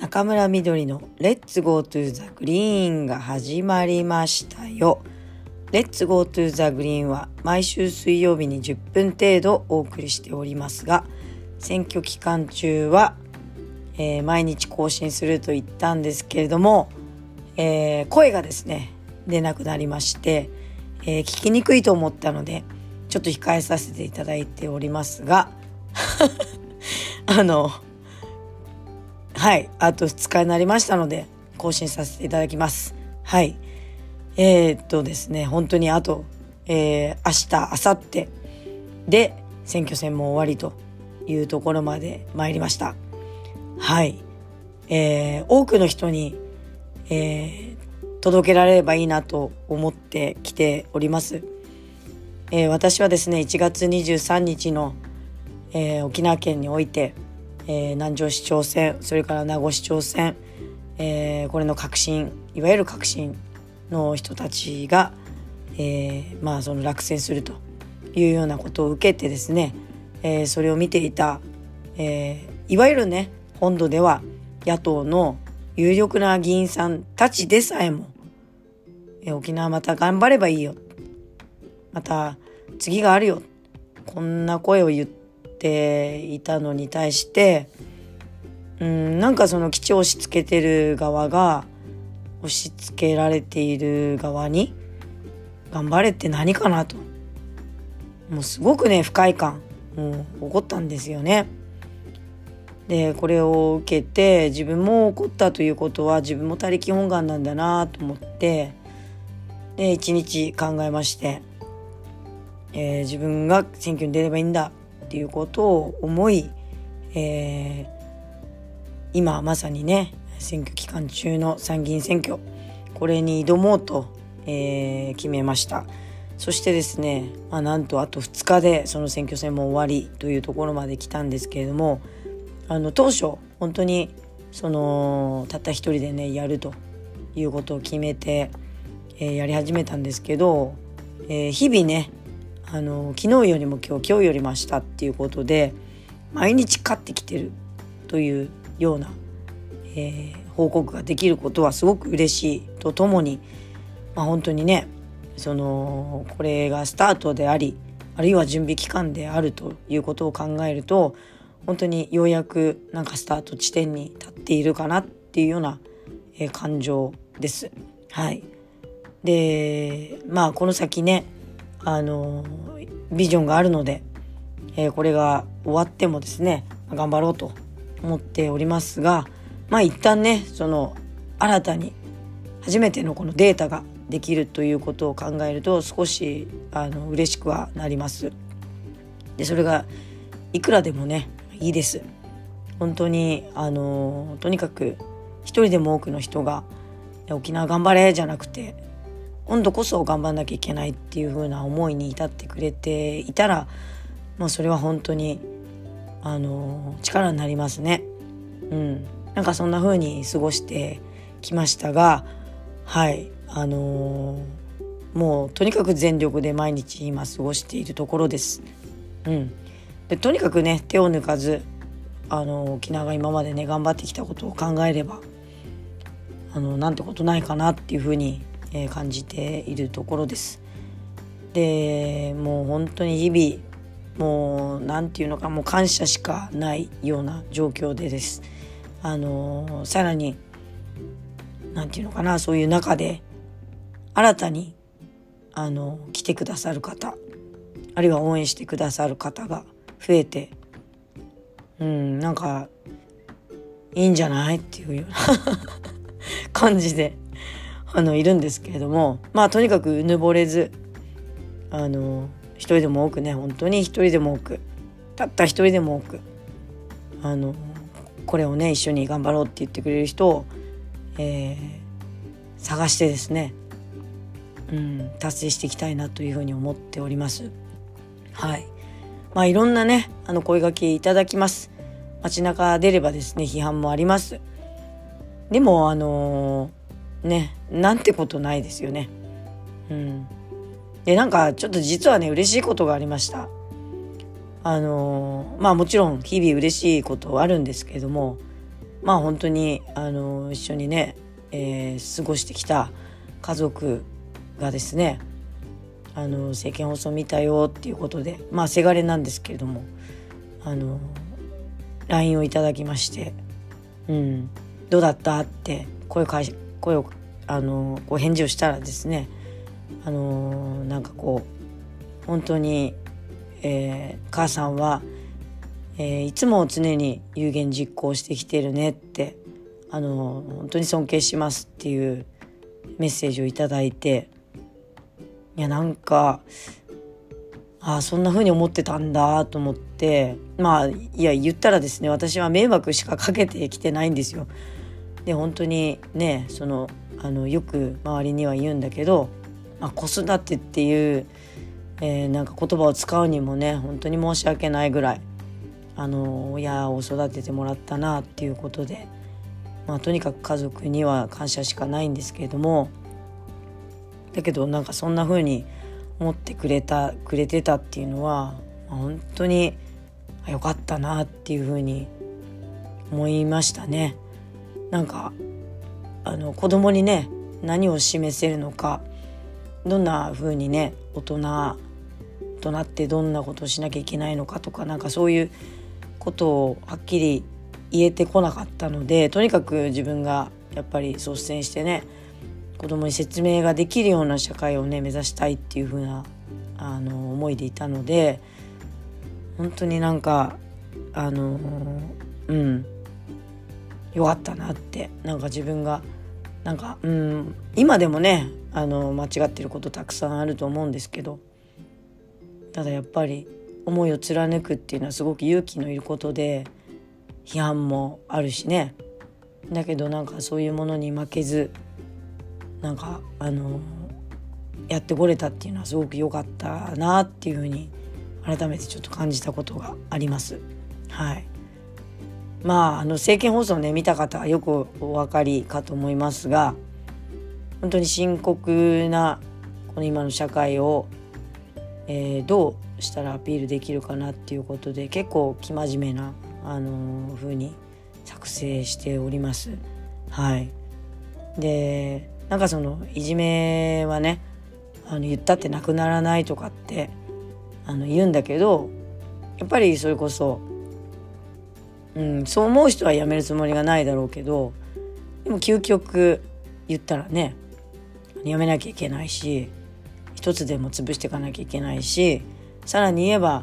中村みどりのレッツゴートゥーザグリーンが始まりましたよ。レッツゴートゥーザグリーンは毎週水曜日に10分程度お送りしておりますが、選挙期間中は、毎日更新すると言ったんですけれども、声がですね出なくなりまして、聞きにくいと思ったのでちょっと控えさせていただいておりますがはい、あと2日になりましたので更新させていただきます。はい。ですね、本当にあと、明日、明後日で選挙戦も終わりというところまで参りました。はい。多くの人に、届けられればいいなと思ってきております。私はですね、1月23日の、沖縄県において、南城市長選、それから名護市長選、これの革新、いわゆる革新の人たちが、その落選するというようなことを受けてですね、それを見ていた、いわゆるね本土では野党の有力な議員さんたちでさえも、沖縄また頑張ればいいよ、また次があるよ、こんな声を言っていたのに対して、なんかその基地を押し付けてる側が押し付けられている側に頑張れって何かなと、もうすごくね不快感起こったんですよね。でこれを受けて自分も起こったということは自分も他力本願なんだなと思って、で一日考えまして、自分が選挙に出ればいいんだっていうことを思い、今まさにね選挙期間中の参議院選挙、これに挑もうと、決めました。そしてですね、なんとあと2日でその選挙戦も終わりというところまで来たんですけれども、当初本当にそのたった一人でねやるということを決めて、やり始めたんですけど、日々ね昨日よりも今日よりも明日っていうことで毎日勝ってきてるというような、報告ができることはすごく嬉しいとともに、本当にねこれがスタートであり、あるいは準備期間であるということを考えると、本当にようやくなんかスタート地点に立っているかなっていうような、感情です。はい。でこの先ねビジョンがあるので、これが終わってもですね頑張ろうと思っておりますが、一旦ねその新たに初めてのこのデータができるということを考えると少し嬉しくはなります。でそれがいくらでもねいいです。本当にとにかく一人でも多くの人が沖縄頑張れじゃなくて、今度こそ頑張んなきゃいけないっていう風な思いに至ってくれていたら、それは本当に力になりますね。なんかそんな風に過ごしてきましたが、はいもうとにかく全力で毎日今過ごしているところです。でとにかくね手を抜かず沖縄が今までね頑張ってきたことを考えればなんてことないかなっていう風に感じているところです。でもう本当に日々もうなんていうのか、もう感謝しかないような状況でです。さらになんていうのかな、そういう中で新たに来てくださる方、あるいは応援してくださる方が増えて、なんかいいんじゃないっていうような感じでいるんですけれども、とにかくうぬぼれず一人でも多くね、本当に一人でも多く、たった一人でも多くこれをね一緒に頑張ろうって言ってくれる人を、探してですね、達成していきたいなというふうに思っております。はい。いろんなね声掛けいただきます。街中出ればですね批判もあります。でもなんてことないですよね。でなんかちょっと実はね嬉しいことがありました。もちろん日々嬉しいことはあるんですけれども、 まあ本当に一緒にね、過ごしてきた家族がですね、政見放送見たよっていうことで、まあせがれなんですけれども、LINE をいただきまして、どうだったって声をこう返事をしたらですね、なんかこう本当に、母さんは、いつも常に有言実行してきてるねって、本当に尊敬しますっていうメッセージをいただいて、いやなんかそんな風に思ってたんだと思って、まあいや言ったらですね、私は迷惑しかかけてきてないんですよ。で本当にね、よく周りには言うんだけど、子育てっていう、なんか言葉を使うにもね本当に申し訳ないぐらい親を育ててもらったなっていうことで、とにかく家族には感謝しかないんですけれども、だけどなんかそんな風に思ってくれてたっていうのは、本当に良かったなっていう風に思いましたね。なんか子供にね何を示せるのか、どんな風にね大人となってどんなことをしなきゃいけないのかとか、なんかそういうことをはっきり言えてこなかったので、とにかく自分がやっぱり率先してね子供に説明ができるような社会をね目指したいっていう風な思いでいたので、本当になんかよかったなって、なんか自分がなんか今でもね間違ってることたくさんあると思うんですけど、ただやっぱり思いを貫くっていうのはすごく勇気のいることで、批判もあるしね、だけどなんかそういうものに負けずなんかやってこれたっていうのはすごく良かったなっていうふうに改めてちょっと感じたことがあります。はい。政見放送をね見た方はよくお分かりかと思いますが、本当に深刻なこの今の社会を、どうしたらアピールできるかなっていうことで、結構生真面目な風に作成しております。はい。でなんかいじめはね言ったってなくならないとかって言うんだけど、やっぱりそれこそそう思う人はやめるつもりがないだろうけど、でも究極言ったらねやめなきゃいけないし、一つでも潰していかなきゃいけないし、さらに言えば、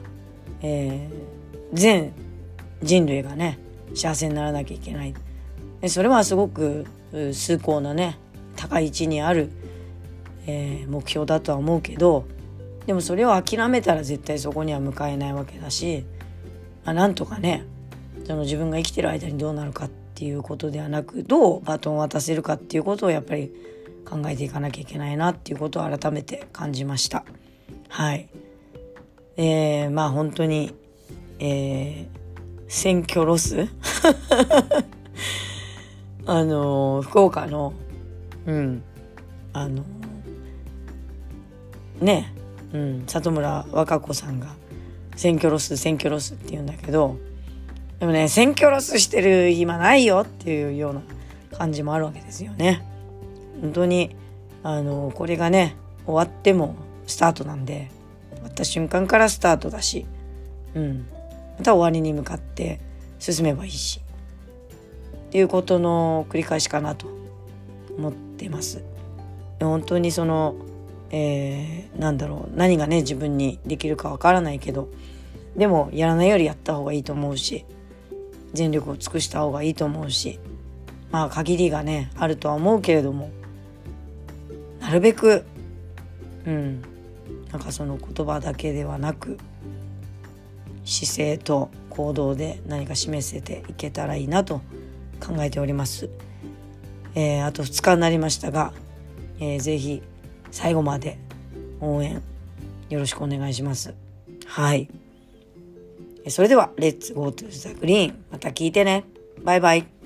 全人類がね幸せにならなきゃいけない。でそれはすごく崇高なね高い位置にある、目標だとは思うけど、でもそれを諦めたら絶対そこには向かえないわけだし、なんとかね自分が生きてる間にどうなるかっていうことではなく、どうバトンを渡せるかっていうことをやっぱり考えていかなきゃいけないなっていうことを改めて感じました。はい。本当に、選挙ロス福岡の里村和歌子さんが選挙ロスって言うんだけど、でもね選挙ロスしてる暇ないよっていうような感じもあるわけですよね。本当にこれがね終わってもスタートなんで、終わった瞬間からスタートだし、また終わりに向かって進めばいいしっていうことの繰り返しかなと思ってます。本当に何がね自分にできるかわからないけど、でもやらないよりやった方がいいと思うし、全力を尽くした方がいいと思うし、限りがねあるとは思うけれども、なるべくなんかその言葉だけではなく姿勢と行動で何か示せていけたらいいなと考えております。あと2日になりましたが、ぜひ最後まで応援よろしくお願いします。はい。それではレッツゴートゥザグリーン、また聞いてね。バイバイ。